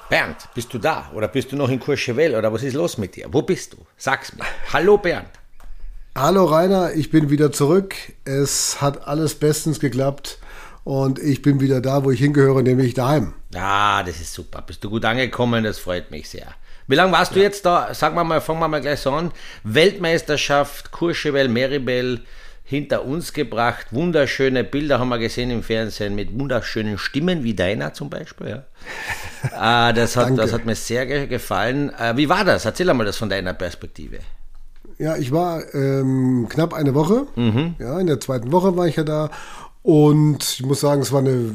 Bernd, bist du da? Oder bist du noch in Courchevel? Oder was ist los mit dir? Wo bist du? Sag's mir. Hallo Bernd. Hallo Rainer, ich bin wieder zurück. Es hat alles bestens geklappt und ich bin wieder da, wo ich hingehöre, nämlich daheim. Ah, das ist super. Bist du gut angekommen? Das freut mich sehr. Wie lange warst du jetzt da? Fangen wir mal gleich so an. Weltmeisterschaft, Courchevel, Meribel hinter uns gebracht. Wunderschöne Bilder haben wir gesehen im Fernsehen mit wunderschönen Stimmen, wie deiner zum Beispiel. Ja. Das hat mir sehr gefallen. Wie war das? Erzähl einmal das von deiner Perspektive. Ja, ich war knapp eine Woche. Ja, in der zweiten Woche war ich ja da. Und ich muss sagen, es war eine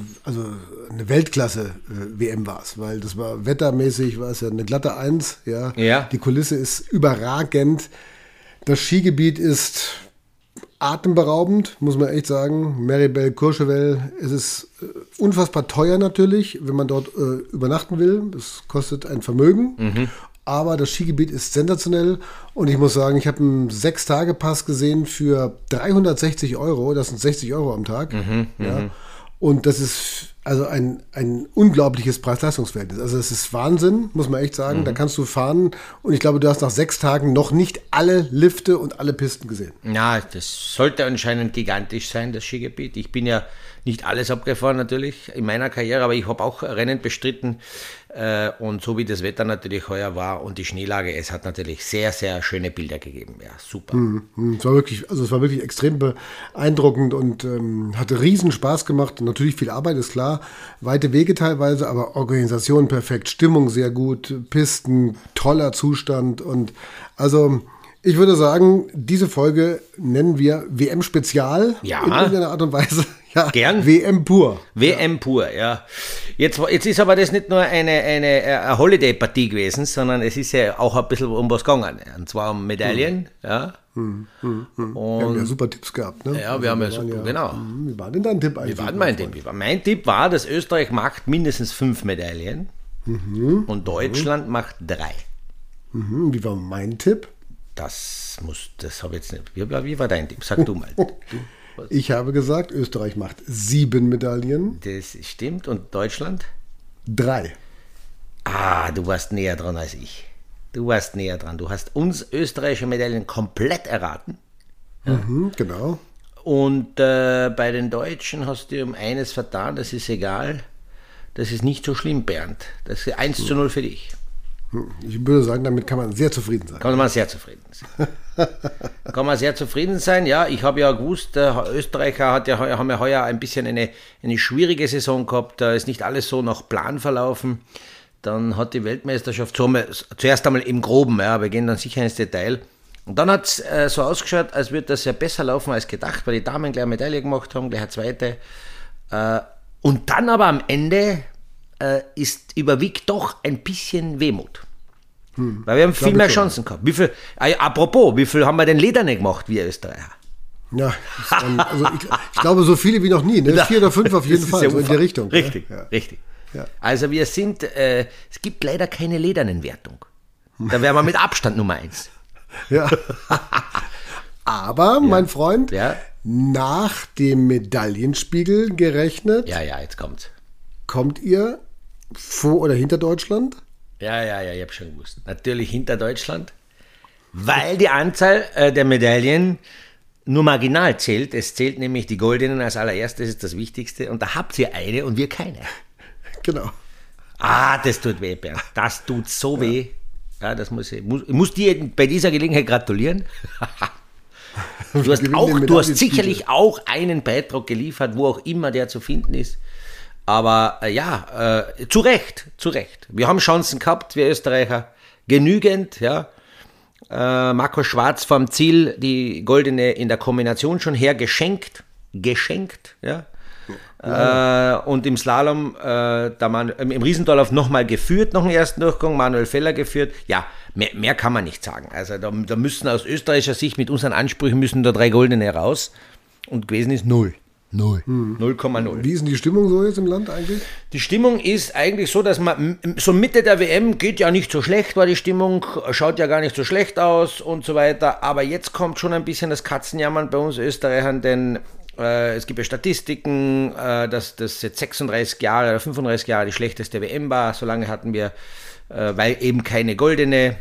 Weltklasse-WM war es, weil das war wettermäßig, war es ja eine glatte Eins. Ja. Die Kulisse ist überragend. Das Skigebiet ist atemberaubend, muss man echt sagen. Meribel, Courchevel, es ist unfassbar teuer natürlich, wenn man dort übernachten will. Es kostet ein Vermögen. Aber das Skigebiet ist sensationell und ich muss sagen, ich habe einen 6-Tage-Pass gesehen für 360 Euro, das sind 60 Euro am Tag. Ja. Und das ist also ein unglaubliches Preis-Leistungs-Verhältnis. Also das ist Wahnsinn, muss man echt sagen. Da kannst du fahren und ich glaube, du hast nach 6 Tagen noch nicht alle Lifte und alle Pisten gesehen. Ja, das sollte anscheinend gigantisch sein, das Skigebiet. Ich bin ja nicht alles abgefahren natürlich in meiner Karriere, aber ich habe auch Rennen bestritten und so wie das Wetter natürlich heuer war und die Schneelage, es hat natürlich sehr, sehr schöne Bilder gegeben. Ja, super. Es war wirklich extrem beeindruckend und hatte riesen Spaß gemacht. Natürlich viel Arbeit, ist klar, weite Wege teilweise, aber Organisation perfekt, Stimmung sehr gut, Pisten, toller Zustand und also ich würde sagen, diese Folge nennen wir WM-Spezial in irgendeiner Art und Weise. Ja, gern. WM pur. WM pur, ja. Jetzt ist aber das nicht nur eine Holiday-Partie gewesen, sondern es ist ja auch ein bisschen um was gegangen. Und zwar um Medaillen. Ja. Wir haben ja super Tipps gehabt. Ne? Ja, wir haben ja super, genau. Wie war denn dein Tipp eigentlich? Mein Tipp war, dass Österreich macht mindestens 5 Medaillen und Deutschland macht 3. Wie war mein Tipp? Das habe ich jetzt nicht. Wie war dein Tipp? Sag du mal. Ich habe gesagt, Österreich macht 7 Medaillen. Das stimmt. Und Deutschland? 3. Ah, du warst näher dran als ich. Du hast uns österreichische Medaillen komplett erraten. Ja. Genau. Und bei den Deutschen hast du um eines vertan, das ist egal. Das ist nicht so schlimm, Bernd. Das ist 1:0 für dich. Ich würde sagen, damit kann man sehr zufrieden sein. Kann man sehr zufrieden sein. Ja, ich habe ja gewusst, Österreicher haben ja heuer ein bisschen eine schwierige Saison gehabt. Da ist nicht alles so nach Plan verlaufen. Dann hat die Weltmeisterschaft zuerst einmal im Groben, ja, wir gehen dann sicher ins Detail. Und dann hat es so ausgeschaut, als würde das ja besser laufen als gedacht, weil die Damen gleich eine Medaille gemacht haben, gleich eine zweite. Und dann aber am Ende überwiegt doch ein bisschen Wehmut. Weil wir haben viel mehr Chancen gehabt. Wie viel haben wir denn Lederne gemacht, wir Österreicher? Ja, also ich glaube so viele wie noch nie, ne? 4 oder 5 auf jeden Fall, so in der Richtung. Richtig. Ja. Also wir sind, es gibt leider keine Ledernenwertung. Da wären wir mit Abstand Nummer 1. Ja. Aber, mein Freund, nach dem Medaillenspiegel gerechnet, jetzt kommt's. Kommt ihr vor oder hinter Deutschland? Ja, ich habe schon gewusst. Natürlich hinter Deutschland, weil die Anzahl der Medaillen nur marginal zählt. Es zählt nämlich die goldenen als allererstes, ist das Wichtigste. Und da habt ihr eine und wir keine. Genau. Das tut weh, Bernd. Das tut so weh. Ja, ich muss dir bei dieser Gelegenheit gratulieren. Du hast sicherlich auch einen Beitrag geliefert, wo auch immer der zu finden ist. Aber zu Recht. Wir haben Chancen gehabt, wir Österreicher, genügend. Ja. Marco Schwarz vom Ziel, die goldene in der Kombination schon hergeschenkt. Ja. Und im Slalom, im Riesendorlauf nochmal geführt, noch einen ersten Durchgang, Manuel Feller geführt. Ja, mehr kann man nicht sagen. Also da müssen aus österreichischer Sicht mit unseren Ansprüchen müssen da 3 goldene raus. Und gewesen ist 0. 0,0. Wie ist denn die Stimmung so jetzt im Land eigentlich? Die Stimmung ist eigentlich so, dass man so Mitte der WM geht ja nicht so schlecht, war die Stimmung, schaut ja gar nicht so schlecht aus und so weiter. Aber jetzt kommt schon ein bisschen das Katzenjammern bei uns Österreichern, denn Es gibt ja Statistiken, dass das jetzt 36 Jahre oder 35 Jahre die schlechteste WM war. So lange hatten wir, weil eben keine goldene.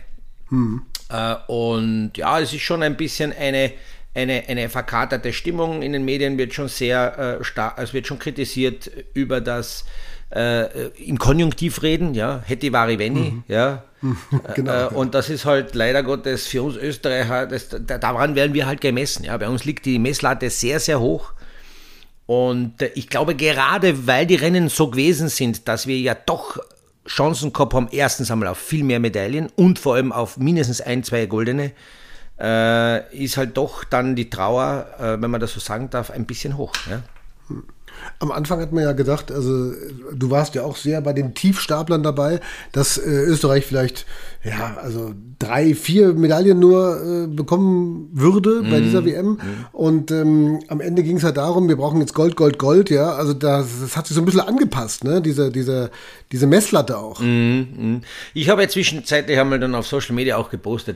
Und ja, es ist schon ein bisschen eine verkaterte Stimmung. In den Medien wird schon sehr stark, es wird schon kritisiert über das im Konjunktiv reden, ja, hätte vari wenni, ja. Genau. Und das ist halt leider Gottes für uns Österreicher, daran werden wir halt gemessen. Ja. Bei uns liegt die Messlatte sehr, sehr hoch. Und ich glaube, gerade weil die Rennen so gewesen sind, dass wir ja doch Chancen gehabt haben, erstens einmal auf viel mehr Medaillen und vor allem auf mindestens 1, 2 goldene, ist halt doch dann die Trauer, wenn man das so sagen darf, ein bisschen hoch. Ja. Am Anfang hat man ja gedacht, also du warst ja auch sehr bei den Tiefstaplern dabei, dass Österreich vielleicht 3, 4 Medaillen nur bekommen würde bei dieser WM. Und am Ende ging es halt darum, wir brauchen jetzt Gold, Gold, Gold. Ja, also das hat sich so ein bisschen angepasst, ne? Diese Messlatte auch. Ich habe ja zwischenzeitlich einmal dann auf Social Media auch gepostet.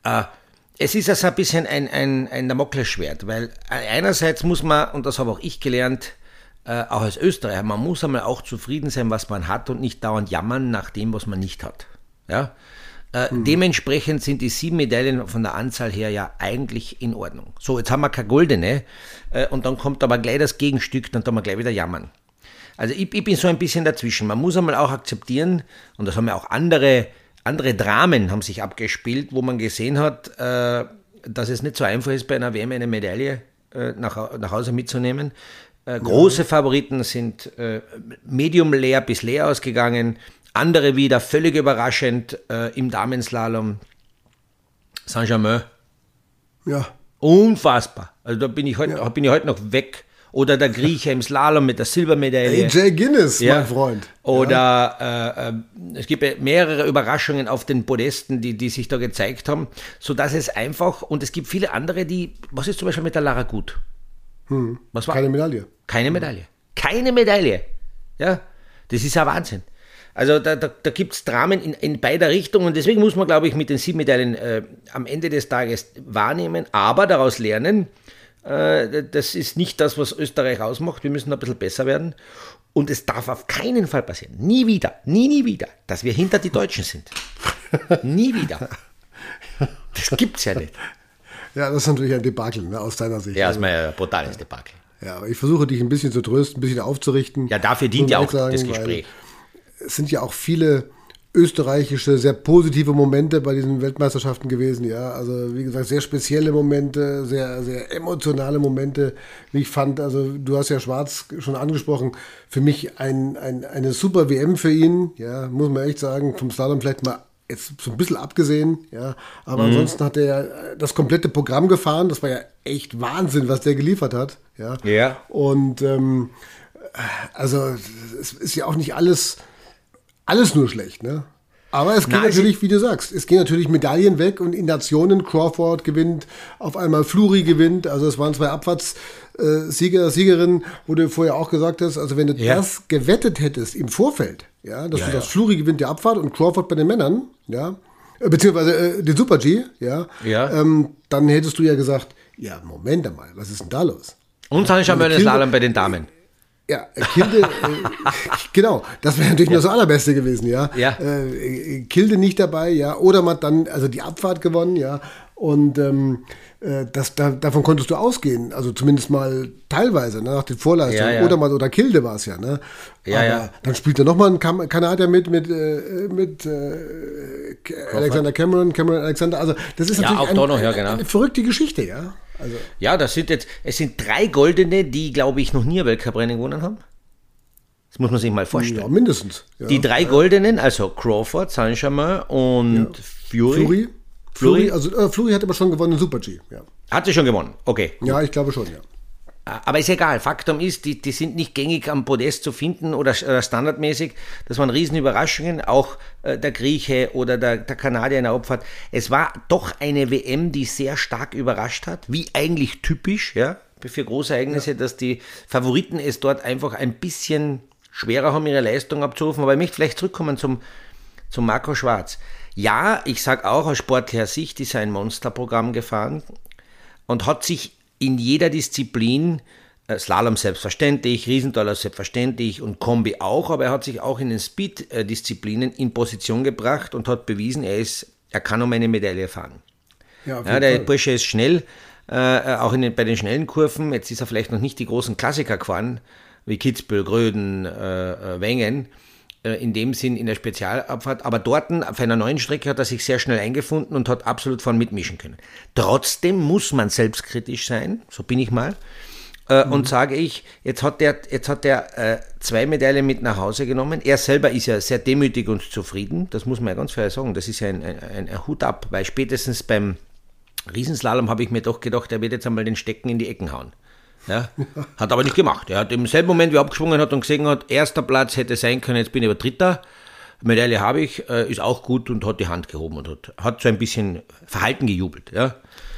Es ist also ein bisschen ein Damoklesschwert, weil einerseits muss man, und das habe auch ich gelernt, auch als Österreicher, man muss einmal auch zufrieden sein, was man hat und nicht dauernd jammern nach dem, was man nicht hat. Ja? Dementsprechend sind die 7 Medaillen von der Anzahl her ja eigentlich in Ordnung. So, jetzt haben wir keine goldene und dann kommt aber gleich das Gegenstück, dann tun wir gleich wieder jammern. Also ich bin so ein bisschen dazwischen. Man muss einmal auch akzeptieren, und das haben ja auch andere Dramen haben sich abgespielt, wo man gesehen hat, dass es nicht so einfach ist, bei einer WM eine Medaille nach Hause mitzunehmen. Große Favoriten sind medium leer bis leer ausgegangen, andere wieder völlig überraschend im Damenslalom. Saint-Germain. Ja. Unfassbar. Also da bin ich heute noch weg. Oder der Grieche im Slalom mit der Silbermedaille. AJ Guinness, mein Freund. Oder es gibt mehrere Überraschungen auf den Podesten, die sich da gezeigt haben, sodass es einfach, und es gibt viele andere, was ist zum Beispiel mit der Lara Gut? Was war? Keine Medaille. Keine Medaille. Keine Medaille. Ja, das ist ja Wahnsinn. Also da gibt es Dramen in beider Richtungen und deswegen muss man, glaube ich, mit den 7 Medaillen am Ende des Tages wahrnehmen, aber daraus lernen, das ist nicht das, was Österreich ausmacht. Wir müssen ein bisschen besser werden und es darf auf keinen Fall passieren, nie wieder, dass wir hinter die Deutschen sind. Nie wieder. Das gibt's ja nicht. Ja, das ist natürlich ein Debakel, ne, aus deiner Sicht. Ja, das ist mal ein brutales Debakel. Ja, aber ich versuche dich ein bisschen zu trösten, ein bisschen aufzurichten. Ja, dafür dient ja auch das Gespräch. Es sind ja auch viele österreichische, sehr positive Momente bei diesen Weltmeisterschaften gewesen. Ja, also wie gesagt, sehr spezielle Momente, sehr, sehr emotionale Momente, wie ich fand. Also du hast ja Schwarz schon angesprochen. Für mich eine super WM für ihn. Ja, muss man echt sagen. Vom Slalom vielleicht mal jetzt so ein bisschen abgesehen, ja, aber ansonsten hat er ja das komplette Programm gefahren. Das war ja echt Wahnsinn, was der geliefert hat. Ja. Ja. Und also es ist ja auch nicht alles nur schlecht, ne? Aber es geht natürlich, wie du sagst, es gehen natürlich Medaillen weg und in Nationen. Crawford gewinnt, auf einmal Fleury gewinnt. Also es waren 2 Siegerinnen, wo du vorher auch gesagt hast, also wenn du das gewettet hättest im Vorfeld, ja, dass du das Fleury gewinnt die Abfahrt und Crawford bei den Männern, ja, beziehungsweise den Super-G, dann hättest du ja gesagt, ja, Moment einmal, was ist denn da los? Und Saint-Germain Slalom bei den Damen. Ja, Kilde, genau, das wäre natürlich nur das Allerbeste gewesen, ja. Kilde nicht dabei, ja, oder man hat dann also die Abfahrt gewonnen, ja, und davon konntest du ausgehen, also zumindest mal teilweise, ne, nach den Vorleistungen, oder Kilde war es ja, ne. Aber dann spielt er nochmal ein Kanadier mit Alexander Cameron Alexander, also das ist natürlich eine verrückte Geschichte, ja. Also. Ja, es sind 3 Goldene, die, glaube ich, noch nie ein Weltcuprennen gewonnen haben. Das muss man sich mal vorstellen. Ja, mindestens. Ja. Die 3 Goldenen, also Crawford, Saint-Germain und Fleury. Fleury hat aber schon gewonnen in Super-G. Ja. Hat sie schon gewonnen? Okay. Gut. Ja, ich glaube schon, ja. Aber ist egal. Faktum ist, die sind nicht gängig am Podest zu finden oder standardmäßig. Das waren Riesenüberraschungen. Auch der Grieche oder der Kanadier in der Abfahrt. Es war doch eine WM, die sehr stark überrascht hat. Wie eigentlich typisch, ja, für große Ereignisse, dass die Favoriten es dort einfach ein bisschen schwerer haben, ihre Leistung abzurufen. Aber ich möchte vielleicht zurückkommen zum Marco Schwarz. Ja, ich sage auch, aus sportlicher Sicht ist er ein Monsterprogramm gefahren und hat sich in jeder Disziplin Slalom selbstverständlich, Riesentaler selbstverständlich und Kombi auch, aber er hat sich auch in den Speed-Disziplinen in Position gebracht und hat bewiesen, er kann um eine Medaille fahren. Ja, der Bursche ist schnell, auch bei den schnellen Kurven. Jetzt ist er vielleicht noch nicht die großen Klassiker gefahren, wie Kitzbühel, Gröden, Wengen, in dem Sinn in der Spezialabfahrt, aber dort auf einer neuen Strecke hat er sich sehr schnell eingefunden und hat absolut vorn mitmischen können. Trotzdem muss man selbstkritisch sein, so bin ich mal, und sage ich, jetzt hat der 2 Medaillen mit nach Hause genommen. Er selber ist ja sehr demütig und zufrieden, das muss man ja ganz fair sagen, das ist ja ein Hut ab, weil spätestens beim Riesenslalom habe ich mir doch gedacht, er wird jetzt einmal den Stecken in die Ecken hauen. Ja, hat aber nicht gemacht. Er hat im selben Moment, wie er abgeschwungen hat und gesehen hat, 1. Platz hätte sein können, jetzt bin ich aber 3. Medaille habe ich, ist auch gut und hat die Hand gehoben und hat so ein bisschen verhalten gejubelt. Ja.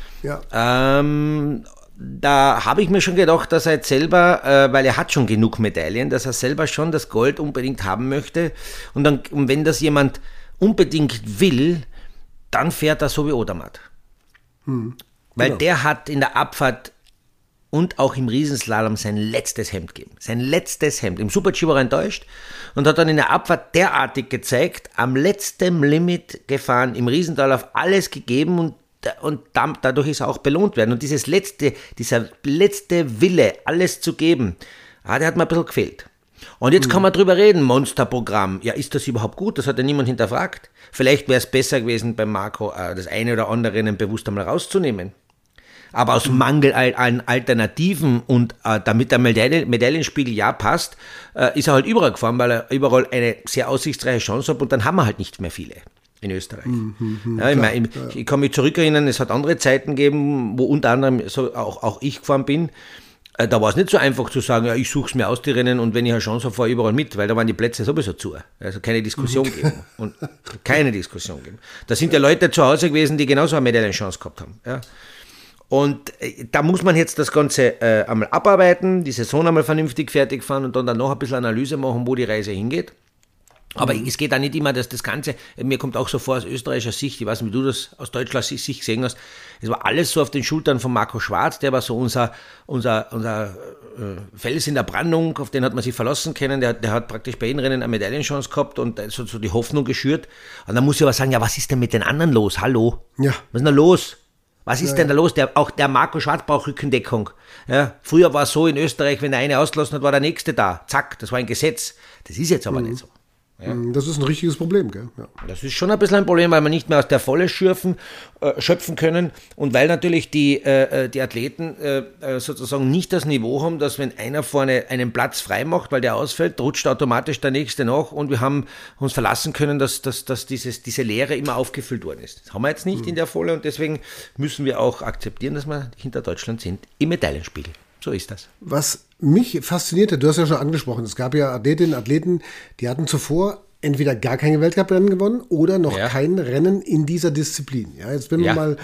Da habe ich mir schon gedacht, dass er jetzt selber, weil er hat schon genug Medaillen, dass er selber schon das Gold unbedingt haben möchte. Und wenn das jemand unbedingt will, dann fährt er so wie Odermatt. Weil der hat in der Abfahrt und auch im Riesenslalom sein letztes Hemd gegeben. Sein letztes Hemd. Im Super-G war er enttäuscht und hat dann in der Abfahrt derartig gezeigt, am letzten Limit gefahren, im Riesental auf alles gegeben und dadurch ist er auch belohnt werden. Und dieser letzte Wille, alles zu geben, der hat mir ein bisschen gefehlt. Und jetzt kann man drüber reden, Monsterprogramm. Ja, ist das überhaupt gut? Das hat ja niemand hinterfragt. Vielleicht wäre es besser gewesen, beim Marco das eine oder andere Rennen bewusst einmal rauszunehmen. Aber aus Mangel an Alternativen und damit der Medaillenspiegel ja passt, ist er halt überall gefahren, weil er überall eine sehr aussichtsreiche Chance hat und dann haben wir halt nicht mehr viele in Österreich. Ich kann mich zurückerinnern, es hat andere Zeiten gegeben, wo unter anderem so auch ich gefahren bin. Da war es nicht so einfach zu sagen, ja, ich suche es mir aus, die Rennen, und wenn ich eine Chance habe, fahre ich überall mit, weil da waren die Plätze sowieso zu. Also keine Diskussion geben. Und keine Diskussion geben. Da sind ja Leute zu Hause gewesen, die genauso eine Medaillenchance gehabt haben. Ja. Und da muss man jetzt das Ganze einmal abarbeiten, die Saison einmal vernünftig fertig fahren und dann noch ein bisschen Analyse machen, wo die Reise hingeht. Aber es geht auch nicht immer, dass das Ganze, mir kommt auch so vor aus österreichischer Sicht, ich weiß nicht, wie du das aus deutscher Sicht gesehen hast, es war alles so auf den Schultern von Marco Schwarz, der war so unser Fels in der Brandung, auf den hat man sich verlassen können, der hat praktisch bei jedem Rennen eine Medaillenchance gehabt und so die Hoffnung geschürt. Und dann muss ich aber sagen, ja, was ist denn mit den anderen los? Hallo? Ja. Was ist denn da los? Was ist denn da los? Auch der Marco Schwarz braucht Rückendeckung. Ja, früher war es so in Österreich, wenn der eine ausgelassen hat, war der nächste da. Zack, das war ein Gesetz. Das ist jetzt aber nicht so. Ja. Das ist ein richtiges Problem, gell? Ja. Das ist schon ein bisschen ein Problem, weil wir nicht mehr aus der Volle schöpfen können und weil natürlich die Athleten sozusagen nicht das Niveau haben, dass wenn einer vorne einen Platz frei macht, weil der ausfällt, rutscht automatisch der nächste nach und wir haben uns verlassen können, dass diese Leere immer aufgefüllt worden ist. Das haben wir jetzt nicht in der Volle und deswegen müssen wir auch akzeptieren, dass wir hinter Deutschland sind im Medaillenspiegel. So ist das. Was mich faszinierte, du hast ja schon angesprochen, es gab ja Athletinnen und Athleten, die hatten zuvor entweder gar keine Weltcuprennen gewonnen oder noch kein Rennen in dieser Disziplin. Ja, jetzt wenn wir mal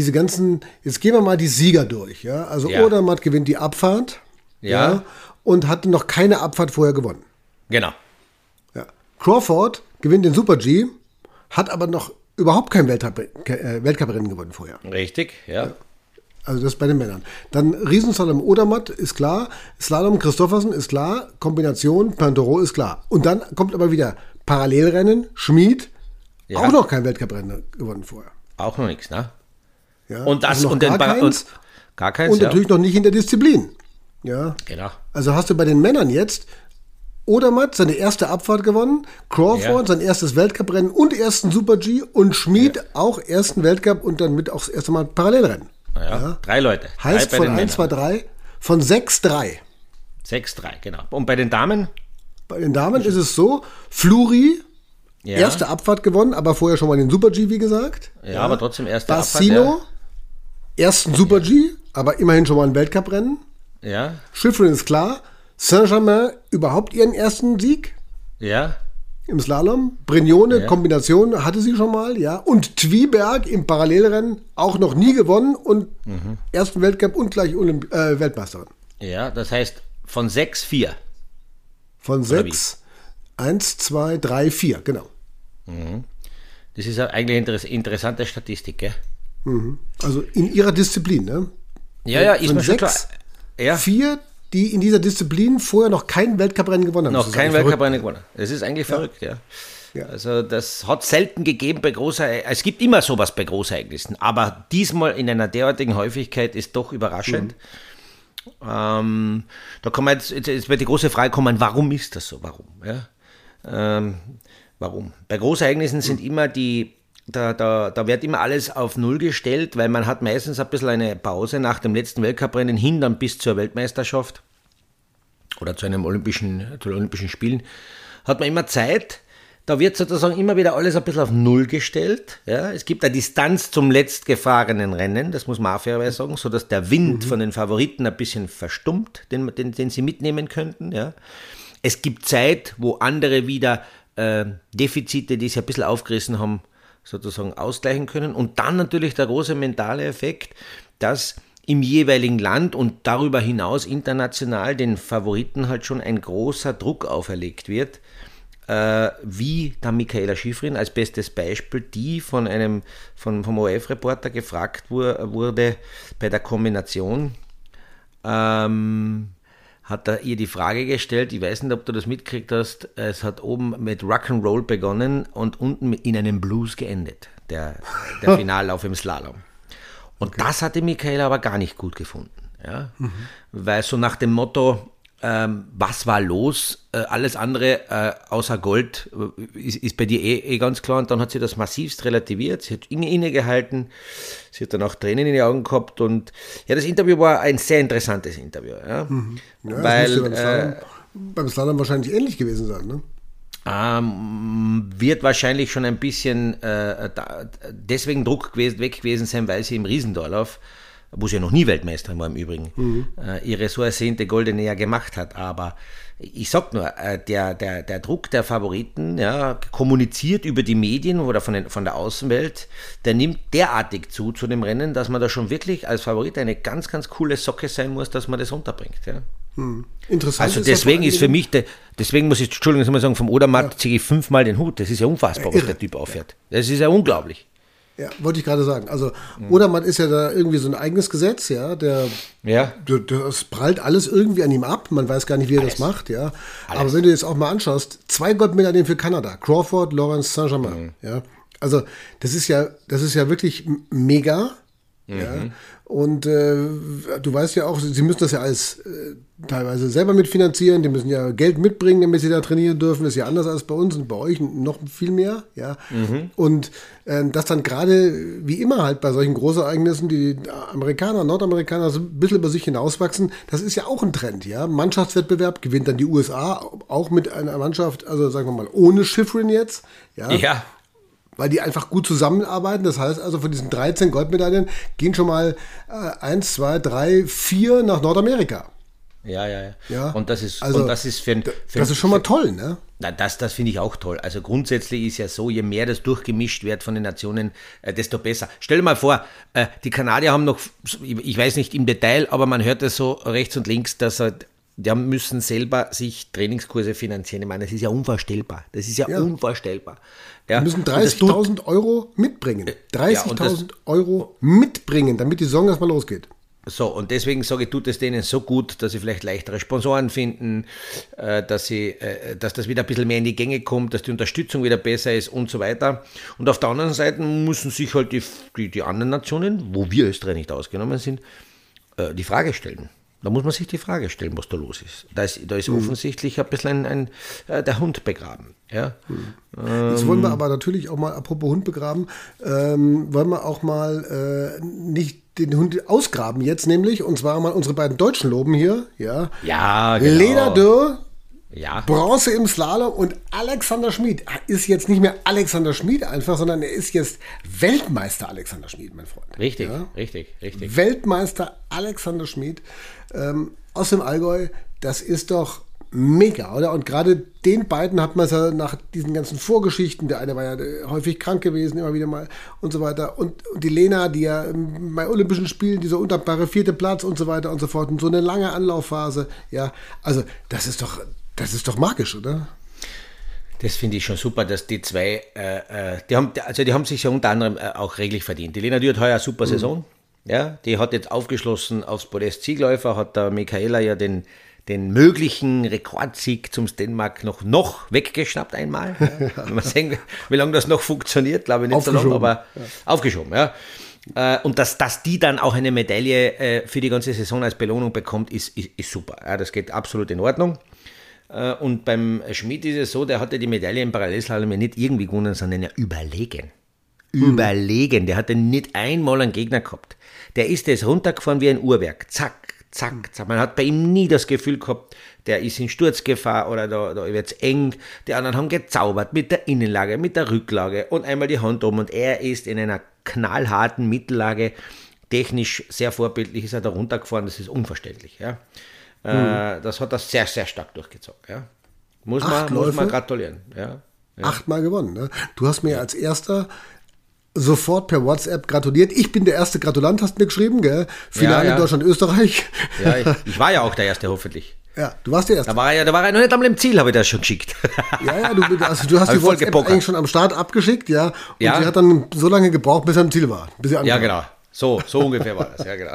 jetzt gehen wir mal die Sieger durch. Ja, also Odermatt gewinnt die Abfahrt. Ja. Und hatte noch keine Abfahrt vorher gewonnen. Genau. Ja. Crawford gewinnt den Super-G, hat aber noch überhaupt kein Weltcuprennen gewonnen vorher. Richtig, ja. Also das bei den Männern. Dann Riesenslalom Odermatt ist klar, Slalom Christoffersen ist klar, Kombination Pinturo ist klar. Und dann kommt aber wieder Parallelrennen, Schmid, auch noch kein Weltcuprennen gewonnen vorher. Auch noch nichts, ne? Ja, und das also und den gar keins. Und natürlich noch nicht in der Disziplin. Ja. Genau. Also hast du bei den Männern jetzt Odermatt seine erste Abfahrt gewonnen, Crawford sein erstes Weltcuprennen und ersten Super-G und Schmid auch ersten Weltcup und dann mit auch das erste Mal Parallelrennen. Ja, 3 Leute. Heißt von 1, 2, 3, von 6, 3. 6, 3, genau. Und bei den Damen? Bei den Damen ist es so, Fluri, erste Abfahrt gewonnen, aber vorher schon mal den Super-G, wie gesagt. Ja, aber trotzdem erste Bassino, Abfahrt. Ersten Super-G, aber immerhin schon mal ein Weltcuprennen. Ja. Schifrin ist klar. Saint-Germain überhaupt ihren ersten Sieg. Ja. Im Slalom. Brignone, Kombination hatte sie schon mal, ja. Und Twiberg im Parallelrennen auch noch nie gewonnen und ersten Weltcup und gleich Weltmeisterin. Ja, das heißt von 6, 4. Von 6, 1, 2, 3, 4, genau. Das ist eigentlich eine interessante Statistik, gell? Also in ihrer Disziplin, ne? Ja, ist mir schon klar. Ja. 4, die in dieser Disziplin vorher noch kein Weltcuprennen gewonnen haben. Noch kein Weltcuprennen gewonnen. Das ist eigentlich verrückt, ja. Ja. Also das hat selten gegeben bei Großereignissen. Es gibt immer sowas bei Großereignissen, aber diesmal in einer derartigen Häufigkeit ist doch überraschend. Da kann man jetzt wird die große Frage kommen, warum ist das so? Warum? Ja? Warum? Bei Großereignissen sind immer da wird immer alles auf Null gestellt, weil man hat meistens ein bisschen eine Pause nach dem letzten Weltcuprennen hin dann bis zur Weltmeisterschaft oder zu Olympischen Spielen, hat man immer Zeit. Da wird sozusagen immer wieder alles ein bisschen auf Null gestellt. Ja? Es gibt eine Distanz zum letztgefahrenen Rennen, das muss man auch fairerweise sagen, sodass der Wind von den Favoriten ein bisschen verstummt, den sie mitnehmen könnten. Ja? Es gibt Zeit, wo andere wieder Defizite, die sich ein bisschen aufgerissen haben, sozusagen ausgleichen können. Und dann natürlich der große mentale Effekt, dass im jeweiligen Land und darüber hinaus international den Favoriten halt schon ein großer Druck auferlegt wird, wie der Mikaela Shiffrin als bestes Beispiel, die vom ORF-Reporter gefragt wurde bei der Kombination, hat er ihr die Frage gestellt, ich weiß nicht, ob du das mitgekriegt hast, es hat oben mit Rock'n'Roll begonnen und unten in einem Blues geendet, der Finallauf im Slalom. Und das hatte Mikaela aber gar nicht gut gefunden, ja? Weil so nach dem Motto, was war los? Alles andere außer Gold ist bei dir eh ganz klar. Und dann hat sie das massivst relativiert. Sie hat innegehalten. Sie hat dann auch Tränen in den Augen gehabt. Und ja, das Interview war ein sehr interessantes Interview. Ja, ja, weil beim Slalom wahrscheinlich ähnlich gewesen sein, ne? Wird wahrscheinlich schon ein bisschen deswegen Druck weg gewesen sein, weil sie im Riesendorlauf, wo sie ja noch nie Weltmeisterin war im Übrigen, ihre so ersehnte goldene ja gemacht hat. Aber ich sag nur, der Druck der Favoriten, ja, kommuniziert über die Medien oder von der Außenwelt, der nimmt derartig zu dem Rennen, dass man da schon wirklich als Favorit eine ganz, ganz coole Socke sein muss, dass man das runterbringt. Ja. Interessant. Also deswegen ist für mich, deswegen muss ich, Entschuldigung, mal sagen, vom Odermatt ziehe ich 5-mal den Hut. Das ist ja unfassbar, was der Typ auffährt. Das ist ja unglaublich. Ja, wollte ich gerade sagen. Also Odermatt ist ja da irgendwie so ein eigenes Gesetz, ja. Das prallt alles irgendwie an ihm ab. Man weiß gar nicht, wie er das macht, ja. Alles. Aber wenn du jetzt auch mal anschaust, 2 Goldmedaillen für Kanada, Crawford, Lawrence Saint-Germain, ja. Also das ist ja wirklich mega. Ja. Und du weißt ja auch, sie müssen das ja alles teilweise selber mitfinanzieren, die müssen ja Geld mitbringen, damit sie da trainieren dürfen. Das ist ja anders als bei uns und bei euch noch viel mehr. Ja. Und dass dann gerade, wie immer halt bei solchen Großereignissen, die Amerikaner, Nordamerikaner so ein bisschen über sich hinauswachsen, das ist ja auch ein Trend. Ja. Mannschaftswettbewerb gewinnt dann die USA, auch mit einer Mannschaft, also sagen wir mal, ohne Shiffrin jetzt. Ja. Weil die einfach gut zusammenarbeiten. Das heißt also, von diesen 13 Goldmedaillen gehen schon mal 1, 2, 3, 4 nach Nordamerika. Ja. Und das ist, das ist schon mal toll, ne? Das finde ich auch toll. Also grundsätzlich ist ja so, je mehr das durchgemischt wird von den Nationen, desto besser. Stell dir mal vor, die Kanadier haben noch, ich weiß nicht im Detail, aber man hört das so rechts und links, dass die müssen selber sich Trainingskurse finanzieren. Ich meine, das ist ja unvorstellbar. Unvorstellbar. Ja. Die müssen 30.000 Euro mitbringen. 30.000 Euro mitbringen, damit die Saison erstmal losgeht. So, und deswegen sage ich, tut es denen so gut, dass sie vielleicht leichtere Sponsoren finden, dass das wieder ein bisschen mehr in die Gänge kommt, dass die Unterstützung wieder besser ist und so weiter. Und auf der anderen Seite müssen sich halt die anderen Nationen, wo wir Österreich nicht ausgenommen sind, die Frage stellen. Da muss man sich die Frage stellen, was da los ist. Da ist offensichtlich ein bisschen der Hund begraben. Ja? Jetzt wollen wir aber natürlich auch mal, apropos Hund begraben, wollen wir auch mal nicht den Hund ausgraben jetzt nämlich, und zwar mal unsere beiden Deutschen loben hier. Ja, genau. Lena Dürr, ja. Bronze im Slalom, und Alexander Schmid ist jetzt nicht mehr Alexander Schmid einfach, sondern er ist jetzt Weltmeister Alexander Schmid, mein Freund. Richtig. Weltmeister Alexander Schmid aus dem Allgäu, das ist doch mega, oder? Und gerade den beiden hat man es ja nach diesen ganzen Vorgeschichten, der eine war ja häufig krank gewesen, immer wieder mal und so weiter, und die Lena, die ja bei Olympischen Spielen, dieser undankbare 4. Platz und so weiter und so fort, und so eine lange Anlaufphase, ja, also das ist doch magisch, oder? Das finde ich schon super, dass die zwei, die haben sich ja unter anderem auch reglich verdient. Die Lena Dürr hat heuer eine super Saison. Ja, die hat jetzt aufgeschlossen aufs Podest Siegläufer, hat der Michaela ja den möglichen Rekordsieg zum Stenmark noch weggeschnappt einmal. Ja. Mal sehen, wie lange das noch funktioniert, glaube ich nicht so lange, aber aufgeschoben. Ja. Und dass die dann auch eine Medaille für die ganze Saison als Belohnung bekommt, ist super. Ja, das geht absolut in Ordnung. Und beim Schmid ist es so, der hatte die Medaille im Parallelslalom ja nicht irgendwie gewonnen, sondern ja überlegen. Überlegen. Der hatte nicht einmal einen Gegner gehabt. Der ist jetzt runtergefahren wie ein Uhrwerk. Zack, zack, zack. Man hat bei ihm nie das Gefühl gehabt, der ist in Sturzgefahr oder da wird es eng. Die anderen haben gezaubert mit der Innenlage, mit der Rücklage und einmal die Hand oben. Und er ist in einer knallharten Mittellage, technisch sehr vorbildlich, ist er da runtergefahren. Das ist unverständlich. Ja. Das hat er sehr, sehr stark durchgezogen. Ja. Muss man gratulieren. Ja. Ja. 8-mal gewonnen. Ne? Du hast mir als erster sofort per WhatsApp gratuliert. Ich bin der erste Gratulant, hast du mir geschrieben, gell? Finale in Deutschland, Österreich. Ja, ich war ja auch der Erste, hoffentlich. Ja, du warst der Erste. Da war er noch nicht einmal im Ziel, habe ich das schon geschickt. Ja, du hast die WhatsApp eigentlich schon am Start abgeschickt, ja. Und sie hat dann so lange gebraucht, bis er im Ziel war. Ja, genau. So ungefähr war das, ja, genau.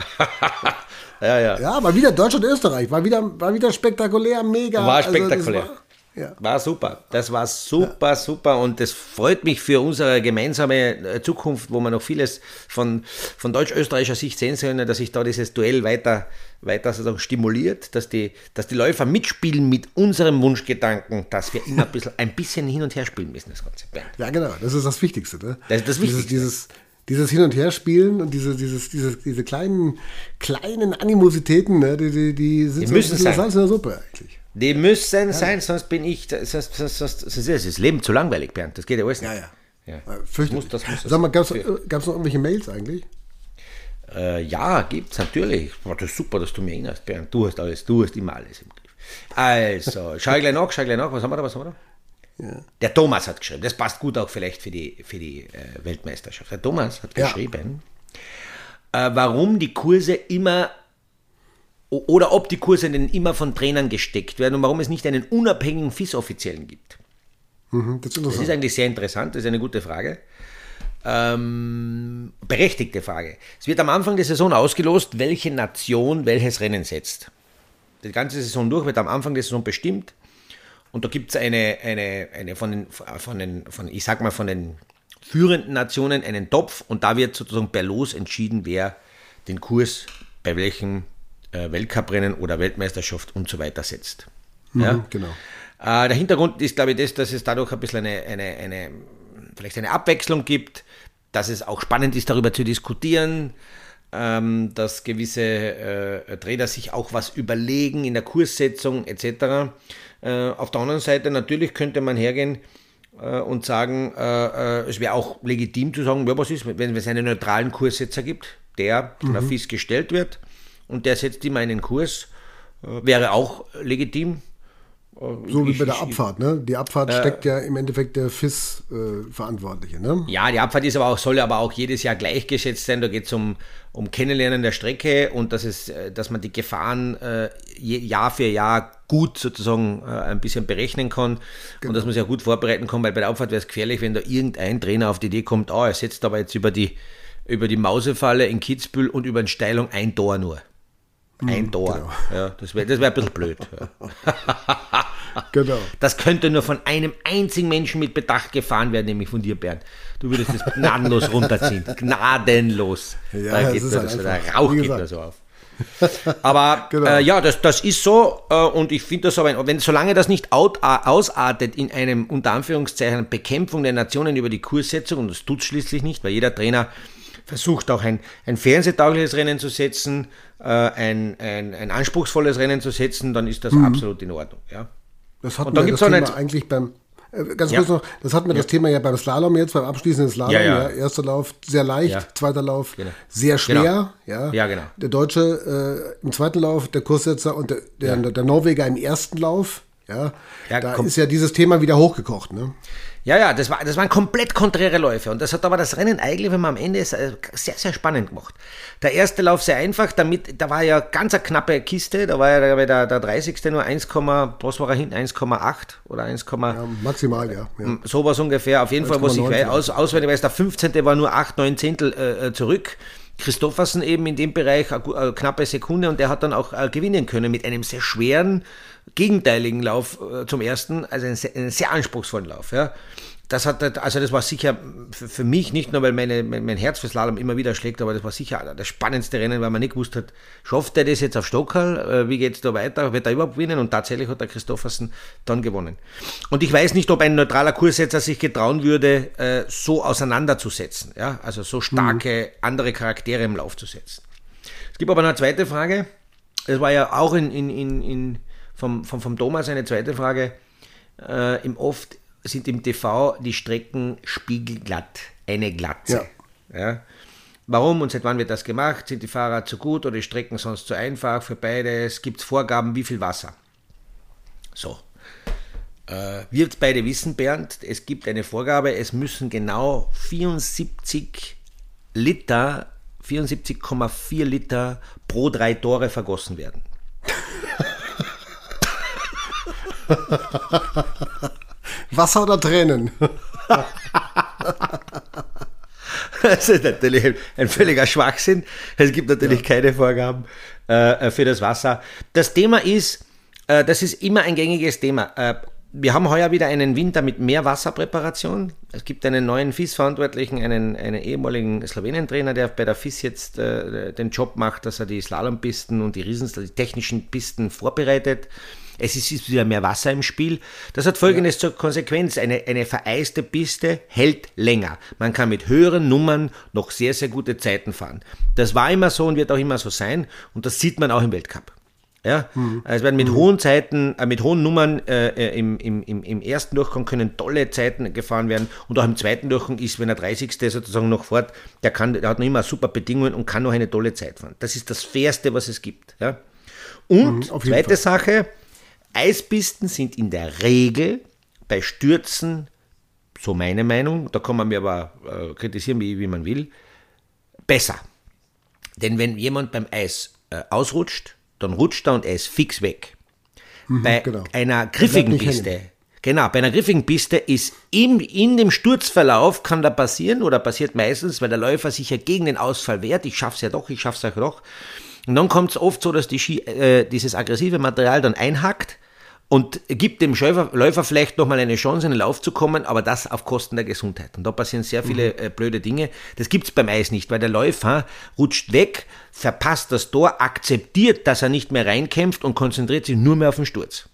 Ja, war wieder Deutschland, Österreich. War wieder spektakulär, mega. War spektakulär. War super. Das war super. Und das freut mich für unsere gemeinsame Zukunft, wo wir noch vieles von deutsch-österreichischer Sicht sehen sollen, dass sich da dieses Duell weiter sozusagen stimuliert, dass die Läufer mitspielen mit unserem Wunschgedanken, dass wir immer ein bisschen hin und her spielen müssen, das Ganze. Ja, genau. Das ist das Wichtigste. Ne? Das ist das Wichtigste. Dieses Hin- und Herspielen und diese kleinen Animositäten, ne, die sind müssen so Salz in der Suppe eigentlich. Die müssen sein, sonst bin ich, sonst ist das Leben zu langweilig, Bernd. Das geht ja alles nicht. Ja. Fürchterlich. Sag mal, gab es noch irgendwelche Mails eigentlich? Ja, gibt's natürlich. Das ist super, dass du mich erinnerst, Bernd. Du hast immer alles im Griff. Also, schau ich gleich nach. Was haben wir da? Ja. Der Thomas hat geschrieben, das passt gut auch vielleicht für die Weltmeisterschaft. Der Thomas hat geschrieben, warum die Kurse immer oder ob die Kurse denn immer von Trainern gesteckt werden und warum es nicht einen unabhängigen FIS-Offiziellen gibt. Das ist eigentlich sehr interessant, das ist eine gute Frage. Berechtigte Frage. Es wird am Anfang der Saison ausgelost, welche Nation welches Rennen setzt. Die ganze Saison durch wird am Anfang der Saison bestimmt. Und da gibt es eine von den führenden Nationen einen Topf und da wird sozusagen per Los entschieden, wer den Kurs bei welchem Weltcuprennen oder Weltmeisterschaft und so weiter setzt. Ja? Genau. Der Hintergrund ist, glaube ich, dass es dadurch ein bisschen vielleicht eine Abwechslung gibt, dass es auch spannend ist, darüber zu diskutieren, dass gewisse Trainer sich auch was überlegen in der Kurssetzung etc. Auf der anderen Seite natürlich könnte man hergehen und sagen, es wäre auch legitim zu sagen, ja, was ist, wenn es einen neutralen Kurssetzer gibt, der von der FIS gestellt wird und der setzt immer einen Kurs, wäre auch legitim. So wie bei der Abfahrt, ne? Die Abfahrt steckt ja im Endeffekt der FIS-Verantwortliche, ne? Ja, die Abfahrt soll aber auch jedes Jahr gleichgeschätzt sein. Da geht es um Kennenlernen der Strecke und dass man die Gefahren Jahr für Jahr gut sozusagen ein bisschen berechnen kann und dass man sich auch gut vorbereiten kann, weil bei der Abfahrt wäre es gefährlich, wenn da irgendein Trainer auf die Idee kommt, er setzt aber jetzt über die Mausefalle in Kitzbühel und über eine Steilung ein Tor nur. Ein Tor. Genau. Ja, das wäre ein bisschen blöd. Ja. Genau. Das könnte nur von einem einzigen Menschen mit Bedacht gefahren werden, nämlich von dir, Bernd. Du würdest das gnadenlos runterziehen. Gnadenlos. Ja, da geht der Rauch geht nur so auf. Aber genau. Das ist so und ich finde das aber, solange das nicht ausartet in einem, unter Anführungszeichen, Bekämpfung der Nationen über die Kurssetzung, und das tut es schließlich nicht, weil jeder Trainer versucht auch ein fernsehtaugliches Rennen zu setzen, ein anspruchsvolles Rennen zu setzen, dann ist das absolut in Ordnung. Ja. Das hatten wir das Thema eigentlich beim, ganz kurz noch, das hatten wir das Thema ja beim Slalom jetzt, beim abschließenden Slalom. Ja. Erster Lauf sehr leicht, zweiter Lauf sehr schwer. Genau. Ja, genau. Der Deutsche im zweiten Lauf, der Kurssetzer und der Norweger im ersten Lauf. Ja, da ist ja dieses Thema wieder hochgekocht, ne? Ja, das waren komplett konträre Läufe und das hat aber das Rennen eigentlich, wenn man am Ende ist, sehr, sehr spannend gemacht. Der erste Lauf sehr einfach, da war ja ganz eine knappe Kiste, da war ja der 30. nur 1,8 oder 1, maximal, ja. Sowas ungefähr, auf jeden Fall, was ich weiß, auswendig weiß, der 15. war nur 8, 9 Zehntel zurück. Christoffersen eben in dem Bereich eine knappe Sekunde und der hat dann auch gewinnen können mit einem sehr schweren, gegenteiligen Lauf zum ersten, also einen sehr anspruchsvollen Lauf. Ja. Das war sicher für mich, nicht nur weil mein Herz für Slalom immer wieder schlägt, aber das war sicher das spannendste Rennen, weil man nicht gewusst hat, schafft er das jetzt auf Stockerl, wie geht es da weiter, wird er überhaupt gewinnen? Und tatsächlich hat der Christoffersen dann gewonnen. Und ich weiß nicht, ob ein neutraler Kurssetzer sich getrauen würde, so auseinanderzusetzen, ja? Also so starke andere Charaktere im Lauf zu setzen. Es gibt aber noch eine zweite Frage, das war ja auch vom Thomas eine zweite Frage, oft sind im TV die Strecken spiegelglatt, eine Glatze. Ja. Warum und seit wann wird das gemacht? Sind die Fahrer zu gut oder die Strecken sonst zu einfach für beides? Gibt es Vorgaben, wie viel Wasser? So. Wir beide wissen, Bernd, es gibt eine Vorgabe, es müssen genau 74,4 Liter pro 3 Tore vergossen werden. Wasser oder Tränen? Das ist natürlich ein völliger Schwachsinn. Es gibt natürlich keine Vorgaben für das Wasser. Das Thema ist, das ist immer ein gängiges Thema. Wir haben heuer wieder einen Winter mit mehr Wasserpräparation. Es gibt einen neuen FIS-Verantwortlichen, einen ehemaligen Slowenien-Trainer, der bei der FIS jetzt den Job macht, dass er die Slalompisten und die technischen Pisten vorbereitet. Es ist wieder mehr Wasser im Spiel. Das hat Folgendes zur Konsequenz. Eine vereiste Piste hält länger. Man kann mit höheren Nummern noch sehr, sehr gute Zeiten fahren. Das war immer so und wird auch immer so sein. Und das sieht man auch im Weltcup. Ja? Also werden mit hohen Zeiten, mit hohen Nummern im ersten Durchgang können tolle Zeiten gefahren werden. Und auch im zweiten Durchgang ist, wenn der 30. sozusagen noch fährt, der hat noch immer super Bedingungen und kann noch eine tolle Zeit fahren. Das ist das Fairste, was es gibt. Ja? Und zweite Sache, Eispisten sind in der Regel bei Stürzen, so meine Meinung, da kann man mir aber kritisieren, wie man will, besser. Denn wenn jemand beim Eis ausrutscht, dann rutscht er und er ist fix weg. Bei einer griffigen Piste, bei einer griffigen Piste ist in dem Sturzverlauf kann da passieren oder passiert meistens, weil der Läufer sich ja gegen den Ausfall wehrt, ich schaff's ja doch. Und dann kommt es oft so, dass die Ski dieses aggressive Material dann einhackt und gibt dem Läufer vielleicht nochmal eine Chance, in den Lauf zu kommen, aber das auf Kosten der Gesundheit. Und da passieren sehr viele blöde Dinge. Das gibt es beim Eis nicht, weil der Läufer rutscht weg, verpasst das Tor, akzeptiert, dass er nicht mehr reinkämpft und konzentriert sich nur mehr auf den Sturz.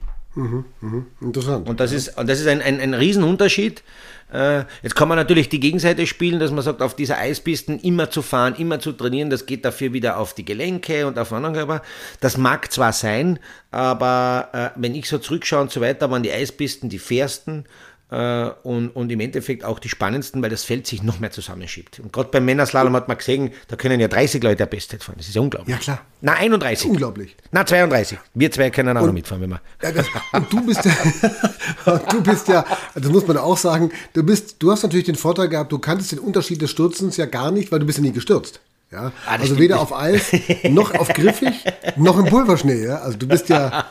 Interessant. Und das ist ein Riesenunterschied. Jetzt kann man natürlich die Gegenseite spielen, dass man sagt, auf dieser Eispisten immer zu fahren, immer zu trainieren, das geht dafür wieder auf die Gelenke und auf den anderen Körper. Das mag zwar sein, aber wenn ich so zurückschaue und so weiter, waren die Eispisten die fairsten und im Endeffekt auch die spannendsten, weil das Feld sich noch mehr zusammenschiebt. Und gerade beim Männerslalom hat man gesehen, da können ja 30 Leute der Bestzeit fahren. Das ist ja unglaublich. Ja, klar. Na, 31. Unglaublich. Na, 32. Wir zwei können auch noch mitfahren, wenn wir. Und du bist ja, das muss man auch sagen, du hast natürlich den Vorteil gehabt, du kanntest den Unterschied des Stürzens ja gar nicht, weil du bist ja nie gestürzt. Ja, also weder auf Eis, noch auf griffig, noch im Pulverschnee. Ja? Also du bist ja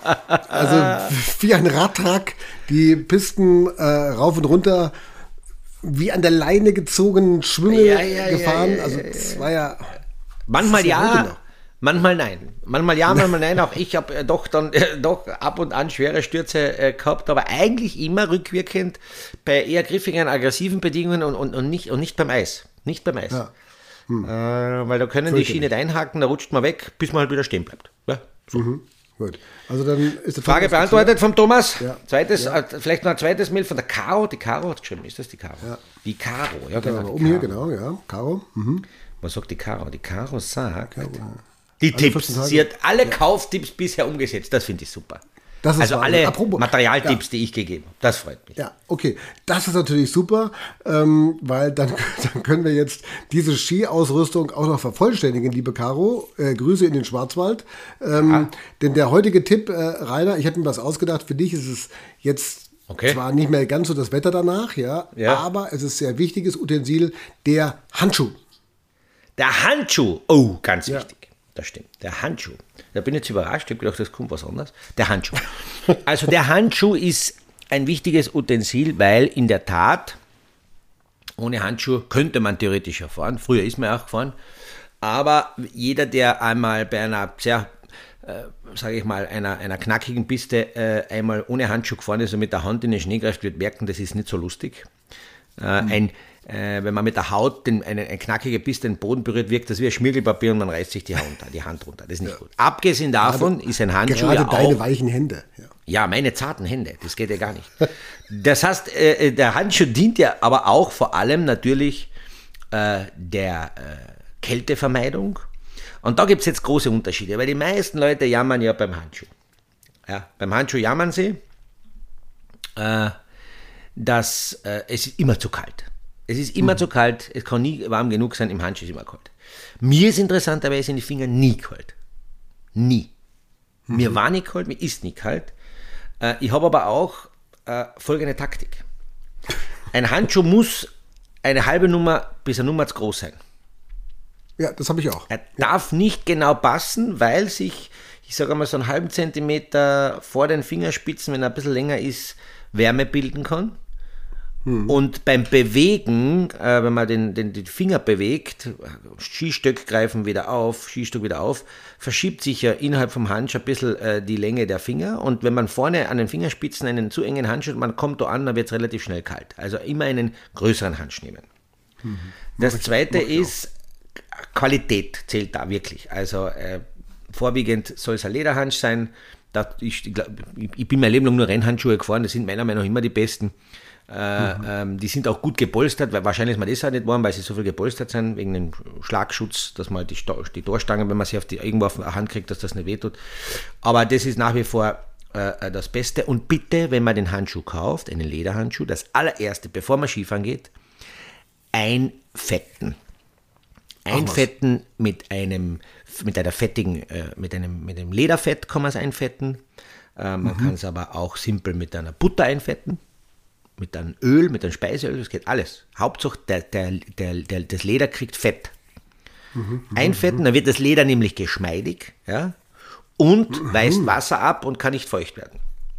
wie ein Radtrack, die Pisten rauf und runter, wie an der Leine gezogen, Schwünge gefahren. Also das war ja... Manchmal ja, manchmal nein. Manchmal ja, manchmal nein. Auch ich habe doch ab und an schwere Stürze gehabt, aber eigentlich immer rückwirkend bei eher griffigen, aggressiven Bedingungen und nicht beim Eis. Nicht beim Eis. Ja. Weil da können die Ski nicht einhaken, da rutscht man weg, bis man halt wieder stehen bleibt. Ja, so. Gut. Also dann ist die Frage beantwortet vom Thomas. Ja. Vielleicht noch ein zweites Mail von der Caro. Die Caro hat geschrieben. Ist das die Caro? Ja. Die Caro, ja genau. Hier, genau, ja. Caro. Was sagt die Caro? Die Caro sagt, die Tipps. Sie hat alle Kauftipps bisher umgesetzt. Das finde ich super. Das ist alle Materialtipps, die ich gegeben habe. Das freut mich. Ja, okay. Das ist natürlich super, weil dann können wir jetzt diese Skiausrüstung auch noch vervollständigen, liebe Caro. Grüße in den Schwarzwald. Denn der heutige Tipp, Rainer, ich habe mir was ausgedacht. Für dich ist es jetzt zwar nicht mehr ganz so das Wetter danach, aber es ist sehr wichtiges Utensil, der Handschuh. Der Handschuh, ganz wichtig. Das stimmt, der Handschuh. Da bin ich jetzt überrascht, ich habe gedacht, das kommt was anderes. Der Handschuh. Also der Handschuh ist ein wichtiges Utensil, weil in der Tat, ohne Handschuh könnte man theoretisch ja fahren. Früher ist man auch gefahren. Aber jeder, der einmal bei einer sehr, sage ich mal, einer knackigen Piste einmal ohne Handschuh gefahren ist und mit der Hand in den Schnee greift, wird merken, das ist nicht so lustig. Wenn man mit der Haut eine knackige Piste den Boden berührt, wirkt das wie ein Schmirgelpapier und man reißt sich die Hand runter. Das ist nicht gut. Abgesehen davon ist ein Handschuh gerade deine weichen Hände. Ja, meine zarten Hände, das geht ja gar nicht. Das heißt, der Handschuh dient ja aber auch vor allem natürlich der Kältevermeidung. Und da gibt es jetzt große Unterschiede, weil die meisten Leute jammern ja beim Handschuh. Ja, beim Handschuh jammern sie, dass es ist immer zu kalt. Es ist immer zu kalt, es kann nie warm genug sein, im Handschuh ist immer kalt. Mir ist interessanterweise in die Finger nie kalt. Nie. Mir war nicht kalt, mir ist nie kalt. Ich habe aber auch folgende Taktik. Ein Handschuh muss eine halbe Nummer bis eine Nummer zu groß sein. Ja, das habe ich auch. Er darf nicht genau passen, weil sich, ich sage mal, so einen halben Zentimeter vor den Fingerspitzen, wenn er ein bisschen länger ist, Wärme bilden kann. Und beim Bewegen, wenn man den Finger bewegt, Skistöck greifen wieder auf, Skistück wieder auf, verschiebt sich ja innerhalb vom Handschuh ein bisschen die Länge der Finger. Und wenn man vorne an den Fingerspitzen einen zu engen Handschuh hat, man kommt da an, dann wird es relativ schnell kalt. Also immer einen größeren Handschuh nehmen. Das zweite ist, Qualität zählt da wirklich. Also vorwiegend soll es ein Lederhandschuh sein. Ich bin mein Leben lang nur Rennhandschuhe gefahren, das sind meiner Meinung nach immer die besten. Die sind auch gut gepolstert, weil wahrscheinlich ist mir das auch nicht warm, weil sie so viel gepolstert sind, wegen dem Schlagschutz, dass man die Torstangen, wenn man sie irgendwo auf die Hand kriegt, dass das nicht wehtut. Aber das ist nach wie vor das Beste. Und bitte, wenn man den Handschuh kauft, einen Lederhandschuh, das allererste, bevor man Skifahren geht, einfetten. Einfetten mit einem Lederfett kann man es einfetten. Man kann es aber auch simpel mit einer Butter einfetten. Mit einem Öl, mit einem Speiseöl, das geht alles. Hauptsache, das Leder kriegt Fett. Einfetten, dann wird das Leder nämlich geschmeidig, ja, und weist Wasser ab und kann nicht feucht werden.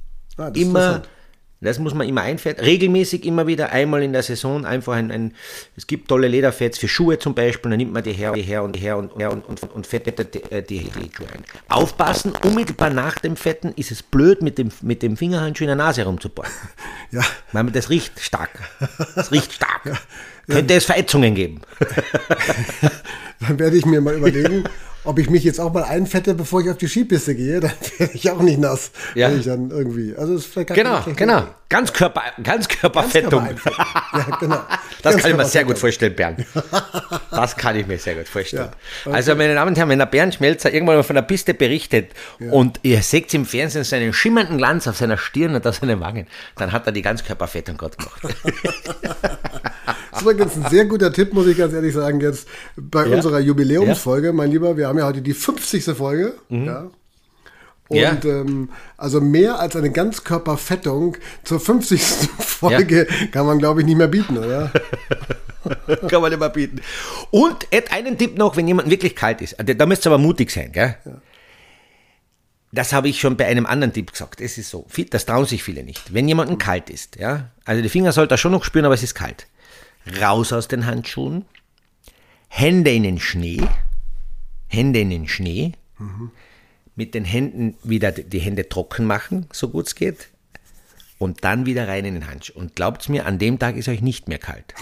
Das muss man immer einfetten, regelmäßig immer wieder, einmal in der Saison, einfach es gibt tolle Lederfetts für Schuhe zum Beispiel, dann nimmt man die her und fettet die Schuhe ein. Aufpassen, unmittelbar nach dem Fetten ist es blöd, mit dem Fingerhandschuh in der Nase rumzubohren. Ja. Weil das riecht stark. Ja. Könnte es Verätzungen geben. Dann werde ich mir mal überlegen, ob ich mich jetzt auch mal einfette, bevor ich auf die Skipiste gehe, dann werde ich auch nicht nass. Ja. Wenn ich dann irgendwie, also ist vielleicht genau. Ganzkörperfettung. Ja, genau. Das kann ich mir sehr gut vorstellen, Bernd. Das kann ich mir sehr gut vorstellen. Ja, okay. Also, meine Damen und Herren, wenn der Bernd Schmelzer irgendwann mal von der Piste berichtet und ihr seht im Fernsehen seinen schimmernden Glanz auf seiner Stirn und auf seinen Wangen, dann hat er die Ganzkörperfettung Gott gemacht. Das ist übrigens ein sehr guter Tipp, muss ich ganz ehrlich sagen, jetzt bei unserer Jubiläumsfolge, mein Lieber. Wir haben ja heute die 50. Folge. Ja. Und also mehr als eine Ganzkörperfettung zur 50. Folge kann man, glaube ich, nicht mehr bieten, oder? Kann man nicht mehr bieten. Und einen Tipp noch, wenn jemand wirklich kalt ist, da müsst ihr aber mutig sein, gell? Ja. Das habe ich schon bei einem anderen Tipp gesagt. Es ist so, das trauen sich viele nicht. Wenn jemandem kalt ist, ja, also die Finger sollte er schon noch spüren, aber es ist kalt. Raus aus den Handschuhen, Hände in den Schnee, mit den Händen wieder die Hände trocken machen, so gut es geht, und dann wieder rein in den Handschuh. Und glaubt mir, an dem Tag ist euch nicht mehr kalt.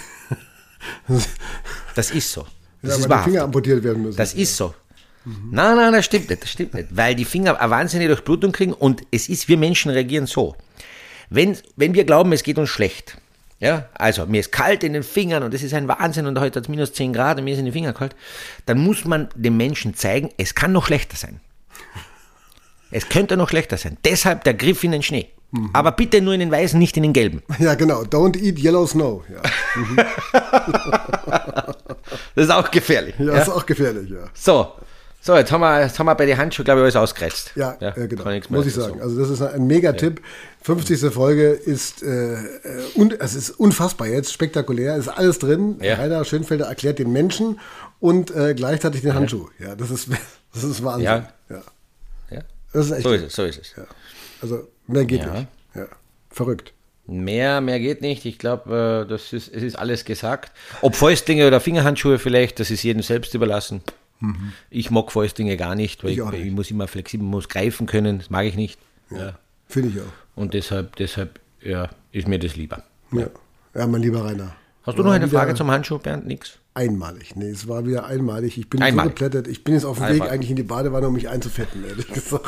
Das ist so. Das ist wahr. Die Finger amputiert werden müssen. Das ist so. Nein, das stimmt nicht, weil die Finger eine wahnsinnige Durchblutung kriegen und es ist, wir Menschen reagieren so. Wenn wir glauben, es geht uns schlecht, ja, also mir ist kalt in den Fingern und es ist ein Wahnsinn und heute hat es minus 10 Grad und mir sind die Finger kalt, dann muss man dem Menschen zeigen, es kann noch schlechter sein. Es könnte noch schlechter sein. Deshalb der Griff in den Schnee. Aber bitte nur in den weißen, nicht in den gelben. Ja, genau. Don't eat yellow snow. Ja. Das ist auch gefährlich. Ja, das ist auch gefährlich, ja. So, jetzt haben wir bei den Handschuhen, glaube ich, alles ausgereizt. Ja, genau. Muss ich sagen. Also das ist ein Megatipp. 50. Folge ist, es ist unfassbar jetzt, spektakulär, ist alles drin. Ja. Rainer Schönfelder erklärt den Menschen und gleichzeitig den Handschuh. Ja, das ist Wahnsinn. Ja. Das ist echt so ist es. Ja. Also mehr geht nicht. Ja. Verrückt. Mehr geht nicht. Ich glaube, es ist alles gesagt. Ob Fäustlinge oder Fingerhandschuhe vielleicht, das ist jedem selbst überlassen. Ich mag Fäustlinge gar nicht, weil ich muss immer flexibel, muss greifen können, das mag ich nicht. Ja. Finde ich auch. Und deshalb ist mir das lieber. Ja, mein lieber Rainer. Hast du noch eine Frage zum Handschuh, Bernd? Nix? Einmalig. Nee, es war wieder einmalig. Ich bin so geplättet. Ich bin jetzt auf dem Weg eigentlich in die Badewanne, um mich einzufetten, ehrlich gesagt.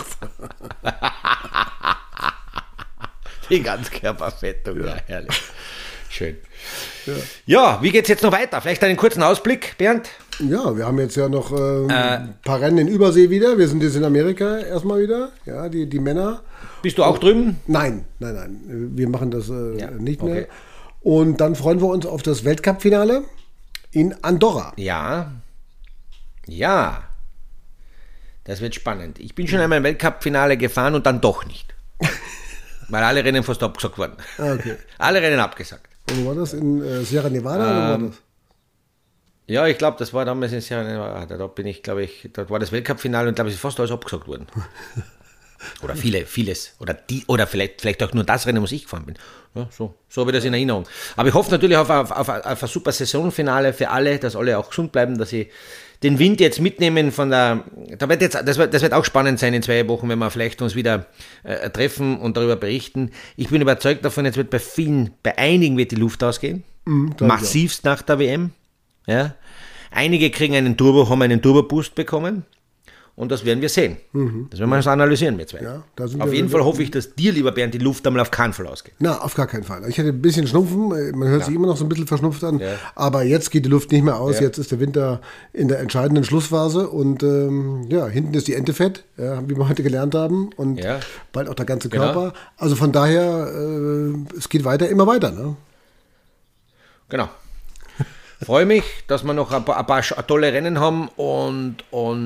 Die Ganzkörperfettung, ja, herrlich. Schön. Ja, wie geht's jetzt noch weiter? Vielleicht einen kurzen Ausblick, Bernd? Ja, wir haben jetzt ja noch ein paar Rennen in Übersee wieder. Wir sind jetzt in Amerika erstmal wieder. Ja, die Männer. Bist du auch drüben? Nein. Wir machen das nicht mehr. Und dann freuen wir uns auf das Weltcup-Finale in Andorra. Ja. Das wird spannend. Ich bin schon einmal im Weltcup-Finale gefahren und dann doch nicht. Weil alle Rennen fast abgesagt wurden. Okay. Alle Rennen abgesagt. Und war das in Sierra Nevada oder war das? Ja, ich glaube, das war damals in Sierra Nevada. Da bin ich, glaube ich, dort war das Weltcup-Finale und glaube ich, ist fast alles abgesagt worden. Oder vieles. Oder vielleicht auch nur das Rennen, wo ich gefahren bin. Ja, so habe ich das in Erinnerung. Aber ich hoffe natürlich auf ein super Saisonfinale für alle, dass alle auch gesund bleiben, dass sie den Wind jetzt mitnehmen von der. Das wird auch spannend sein in 2 Wochen, wenn wir vielleicht uns wieder treffen und darüber berichten. Ich bin überzeugt davon, jetzt wird bei einigen wird die Luft ausgehen. Massivst nach der WM. Ja. Einige haben einen Turbo-Boost bekommen. Und das werden wir sehen. Das werden wir uns analysieren, wir zwei. Ja, auf jeden Fall hoffe ich, dass dir, lieber Bernd, die Luft einmal auf keinen Fall ausgeht. Na, auf gar keinen Fall. Ich hatte ein bisschen Schnupfen, man hört sich immer noch so ein bisschen verschnupft an, aber jetzt geht die Luft nicht mehr aus, jetzt ist der Winter in der entscheidenden Schlussphase und hinten ist die Ente fett, wie wir heute gelernt haben und bald auch der ganze Körper. Genau. Also von daher, es geht immer weiter. Ne? Genau. Freue mich, dass wir noch ein paar tolle Rennen haben und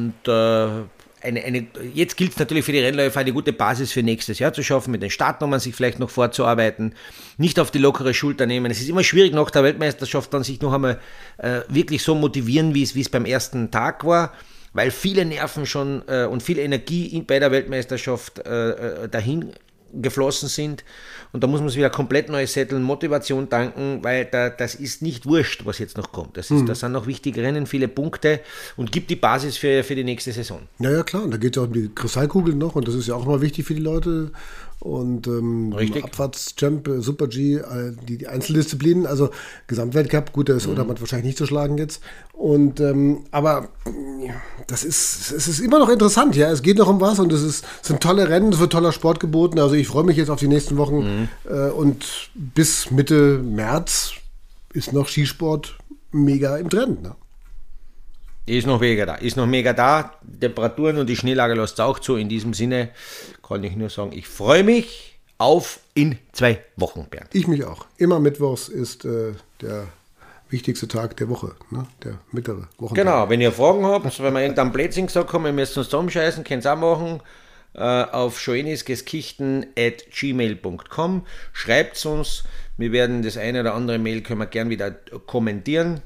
jetzt gilt es natürlich für die Rennläufer, eine gute Basis für nächstes Jahr zu schaffen, mit den Startnummern sich vielleicht noch vorzuarbeiten, nicht auf die lockere Schulter nehmen. Es ist immer schwierig nach der Weltmeisterschaft dann sich noch einmal wirklich so motivieren, wie es beim ersten Tag war, weil viele Nerven schon und viel Energie bei der Weltmeisterschaft dahin geflossen sind und da muss man es wieder komplett neu setteln, Motivation tanken, weil das ist nicht wurscht, was jetzt noch kommt. Das sind noch wichtige Rennen, viele Punkte und gibt die Basis für die nächste Saison. Ja, klar, und da geht es auch um die Kristallkugeln noch und das ist ja auch immer wichtig für die Leute und Abfahrtschamp, Super G, die Einzeldisziplinen, also Gesamtweltcup, gut, da ist Odermatt wahrscheinlich nicht zu schlagen jetzt und aber es ist immer noch interessant, ja, es geht noch um was und es sind tolle Rennen, es wird toller Sport geboten, also ich freue mich jetzt auf die nächsten Wochen und bis Mitte März ist noch Skisport mega im Trend, ne? Ist noch mega da. Temperaturen und die Schneelage lässt es auch zu. In diesem Sinne kann ich nur sagen, ich freue mich auf in 2 Wochen, Bernd. Ich mich auch. Immer mittwochs ist der wichtigste Tag der Woche, ne? Der mittlere Wochentag. Genau, wenn ihr Fragen habt, wenn wir irgendeinen Blödsinn gesagt haben, wir müssen uns zusammenscheißen, könnt ihr auch machen. Auf schoenisgeskichten@gmail.com. Schreibt uns. Wir werden das eine oder andere Mail können wir gern wieder kommentieren.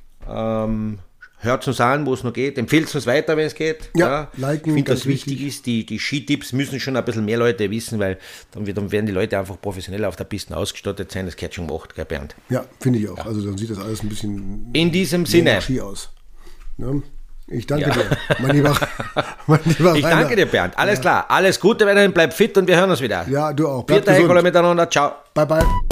Hört uns an, wo es noch geht. Empfehlt uns weiter, wenn es geht. Ja, liken. Ich finde, das wichtig ist, die Skitipps müssen schon ein bisschen mehr Leute wissen, weil dann werden die Leute einfach professionell auf der Piste ausgestattet sein. Das gehört schon gemacht, gell, Bernd? Ja, finde ich auch. Ja. Also dann sieht das alles ein bisschen in diesem Sinne Ski aus. Ne? Ich danke dir, mein lieber Rainer. Ich danke dir, Bernd. Alles klar. Alles Gute weiterhin, bleib fit und wir hören uns wieder. Ja, du auch. Bleib gesund. Miteinander. Ciao. Bye, bye.